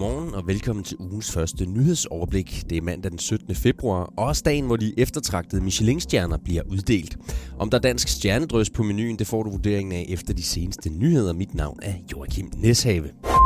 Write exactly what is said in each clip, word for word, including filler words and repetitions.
Godmorgen og velkommen til ugens første nyhedsoverblik. Det er mandag den syttende februar, og også dagen, hvor de eftertragtede Michelin-stjerner bliver uddelt. Om der er dansk stjernedrys på menuen, det får du vurderingen af efter de seneste nyheder. Mit navn er Joachim Næshave.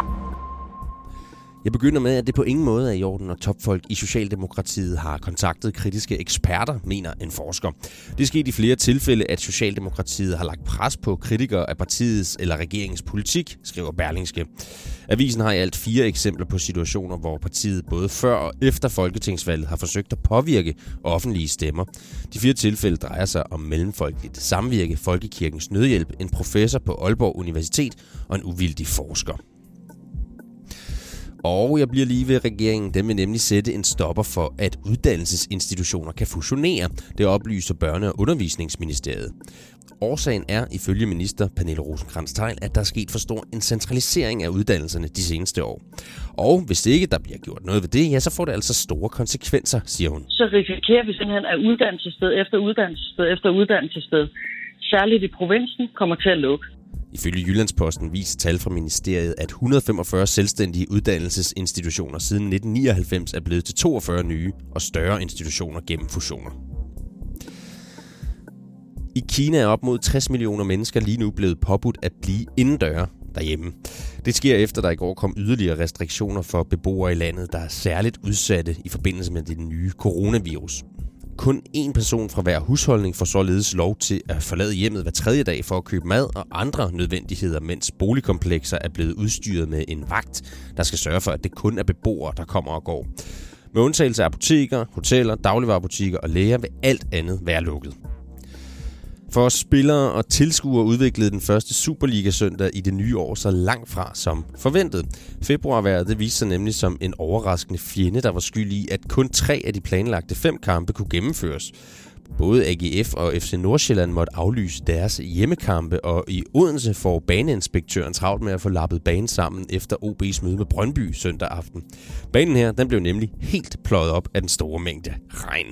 Jeg begynder med, at det på ingen måde er i orden, når topfolk i Socialdemokratiet har kontaktet kritiske eksperter, mener en forsker. Det skete i flere tilfælde, at Socialdemokratiet har lagt pres på kritikere af partiets eller regeringens politik, skriver Berlingske. Avisen har i alt fire eksempler på situationer, hvor partiet både før og efter folketingsvalget har forsøgt at påvirke offentlige stemmer. De fire tilfælde drejer sig om Mellemfolkeligt Samvirke, Folkekirkens Nødhjælp, en professor på Aalborg Universitet og en uvildig forsker. Og jeg bliver lige ved regeringen. Den vil nemlig sætte en stopper for, at uddannelsesinstitutioner kan fusionere. Det oplyser Børne- og Undervisningsministeriet. Årsagen er, ifølge minister Pernille Rosenkrantz-Theil, at der er sket for stor en centralisering af uddannelserne de seneste år. Og hvis ikke der bliver gjort noget ved det, ja, så får det altså store konsekvenser, siger hun. Så risikerer vi simpelthen, at uddannelsessted efter uddannelsessted efter uddannelsessted, særligt i provinsen, kommer til at lukke. Ifølge Jyllandsposten viser tal fra ministeriet, at et hundrede og femogfyrre selvstændige uddannelsesinstitutioner siden nitten nioghalvfems er blevet til toogfyrre nye og større institutioner gennem fusioner. I Kina er op mod tres millioner mennesker lige nu blevet påbudt at blive indendøre derhjemme. Det sker efter, der i går kom yderligere restriktioner for beboere i landet, der er særligt udsatte i forbindelse med det nye coronavirus. Kun én person fra hver husholdning får således lov til at forlade hjemmet hver tredje dag for at købe mad og andre nødvendigheder, mens boligkomplekser er blevet udstyret med en vagt, der skal sørge for, at det kun er beboere, der kommer og går. Med undtagelse af apoteker, hoteller, dagligvarebutikker og læger vil alt andet være lukket. For spillere og tilskuere udviklede den første Superliga-søndag i det nye år så langt fra som forventet. Februarvejret det viste sig nemlig som en overraskende fjende, der var skyld i, at kun tre af de planlagte fem kampe kunne gennemføres. Både A G F og F C Nordsjælland måtte aflyse deres hjemmekampe, og i Odense får baneinspektøren travlt med at få lappet banen sammen efter O B's møde med Brøndby søndag aften. Banen her den blev nemlig helt pløjet op af den store mængde regn.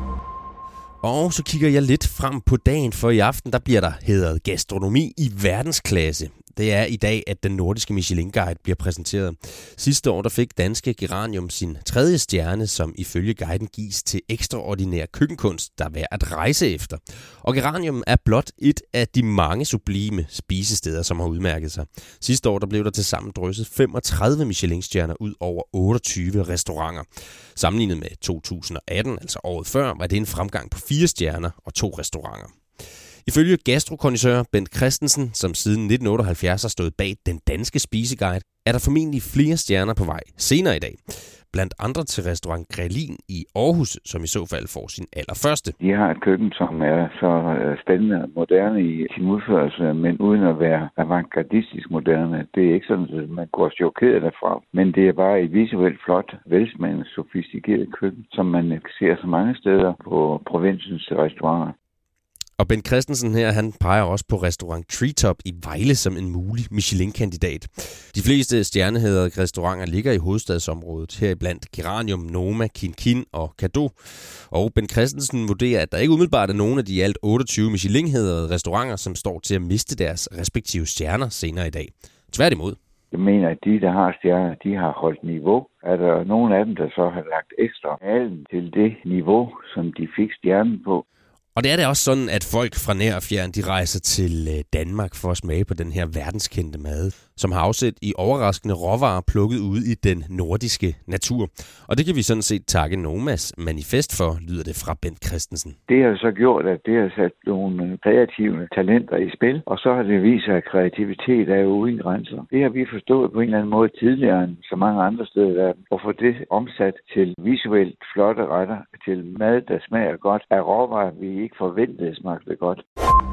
Og så kigger jeg lidt frem på dagen, for i aften der bliver der hædret gastronomi i verdensklasse. Det er i dag, at den nordiske Michelin-guide bliver præsenteret. Sidste år der fik danske Geranium sin tredje stjerne, som ifølge guiden gives til ekstraordinær køkkenkunst, der er værd at rejse efter. Og Geranium er blot et af de mange sublime spisesteder, som har udmærket sig. Sidste år der blev der tilsammen drysset femogtredive Michelin-stjerner ud over otteogtyve restauranter. Sammenlignet med to tusind og atten, altså året før, var det en fremgang på fire stjerner og to restauranter. Ifølge gastrokondisør Bent Christensen, som siden nitten otteoghalvfjerds har stået bag den danske spiseguide, er der formentlig flere stjerner på vej senere i dag. Blandt andre til restaurant Grelin i Aarhus, som i så fald får sin allerførste. De har et køkken, som er så spændende og moderne i sin udførelse, men uden at være avantgardistisk moderne. Det er ikke sådan, at man går chokeret derfra, men det er bare et visuelt flot, velsmagende, sofistikeret køkken, som man ser så mange steder på provinsens restauranter. Og Bent Christensen her, han peger også på restaurant Treetop i Vejle som en mulig Michelin-kandidat. De fleste stjernehædrede restauranter ligger i hovedstadsområdet, heriblandt Geranium, Noma, Kin Kin og Cadeau. Og Bent Christensen vurderer, at der ikke umiddelbart er nogen af de i alt otteogtyve Michelin-hædrede restauranter, som står til at miste deres respektive stjerner senere i dag. Tværtimod. Jeg mener, at de, der har stjerner, de har holdt niveau. Er der nogen af dem, der så har lagt ekstra halen til det niveau, som de fik stjernen på? Og det er det også sådan, at folk fra nær og fjern, de rejser til Danmark for at smage på den her verdenskendte mad, som har afsæt i overraskende råvarer plukket ud i den nordiske natur. Og det kan vi sådan set takke Nomas manifest for, lyder det fra Bent Christensen. Det har så gjort, at det har sat nogle kreative talenter i spil, og så har det vist sig, at kreativitet er jo uden grænser. Det har vi forstået på en eller anden måde tidligere end så mange andre steder i verden, og få det omsat til visuelt flotte retter, til mad, der smager godt, af råvarer, vi ikke forventede smagte godt.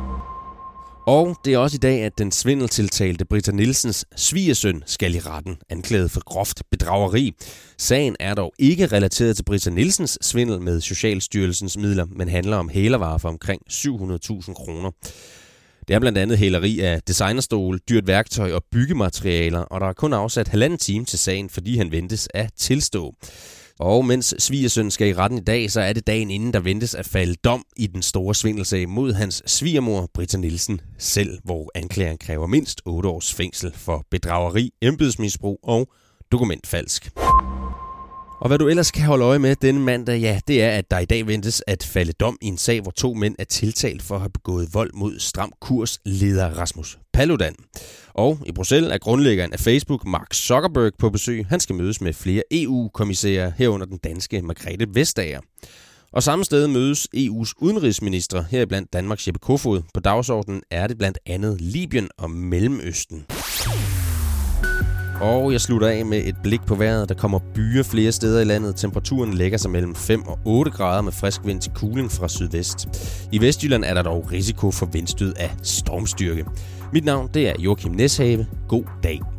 Og det er også i dag, at den svindeltiltalte Britta Nielsens svigersøn skal i retten, anklaget for groft bedrageri. Sagen er dog ikke relateret til Britta Nielsens svindel med Socialstyrelsens midler, men handler om hælervarer for omkring syv hundrede tusind kroner. Det er blandt andet hæleri af designerstole, dyrt værktøj og byggematerialer, og der er kun afsat halvanden time til sagen, fordi han ventes at tilstå. Og mens svigersøn skal i retten i dag, så er det dagen inden, der ventes at falde dom i den store svindelsag mod hans svigermor, Britta Nielsen selv, hvor anklageren kræver mindst otte års fængsel for bedrageri, embedsmisbrug og dokumentfalsk. Og hvad du ellers kan holde øje med denne mandag, ja, det er, at der i dag ventes at falde dom i en sag, hvor to mænd er tiltalt for at have begået vold mod Stram Kurs leder Rasmus Paludan. Og i Bruxelles er grundlæggeren af Facebook, Mark Zuckerberg, på besøg. Han skal mødes med flere E U-kommissærer, herunder den danske Margrethe Vestager. Og samme sted mødes E U's udenrigsministre, heriblandt Danmarks Jeppe Kofod. På dagsordenen er det blandt andet Libyen og Mellemøsten. Og jeg slutter af med et blik på vejret. Der kommer byer flere steder i landet. Temperaturen lægger sig mellem fem og otte grader med frisk vind til kuling fra sydvest. I Vestjylland er der dog risiko for vindstød af stormstyrke. Mit navn det er Joachim Næshave. God dag.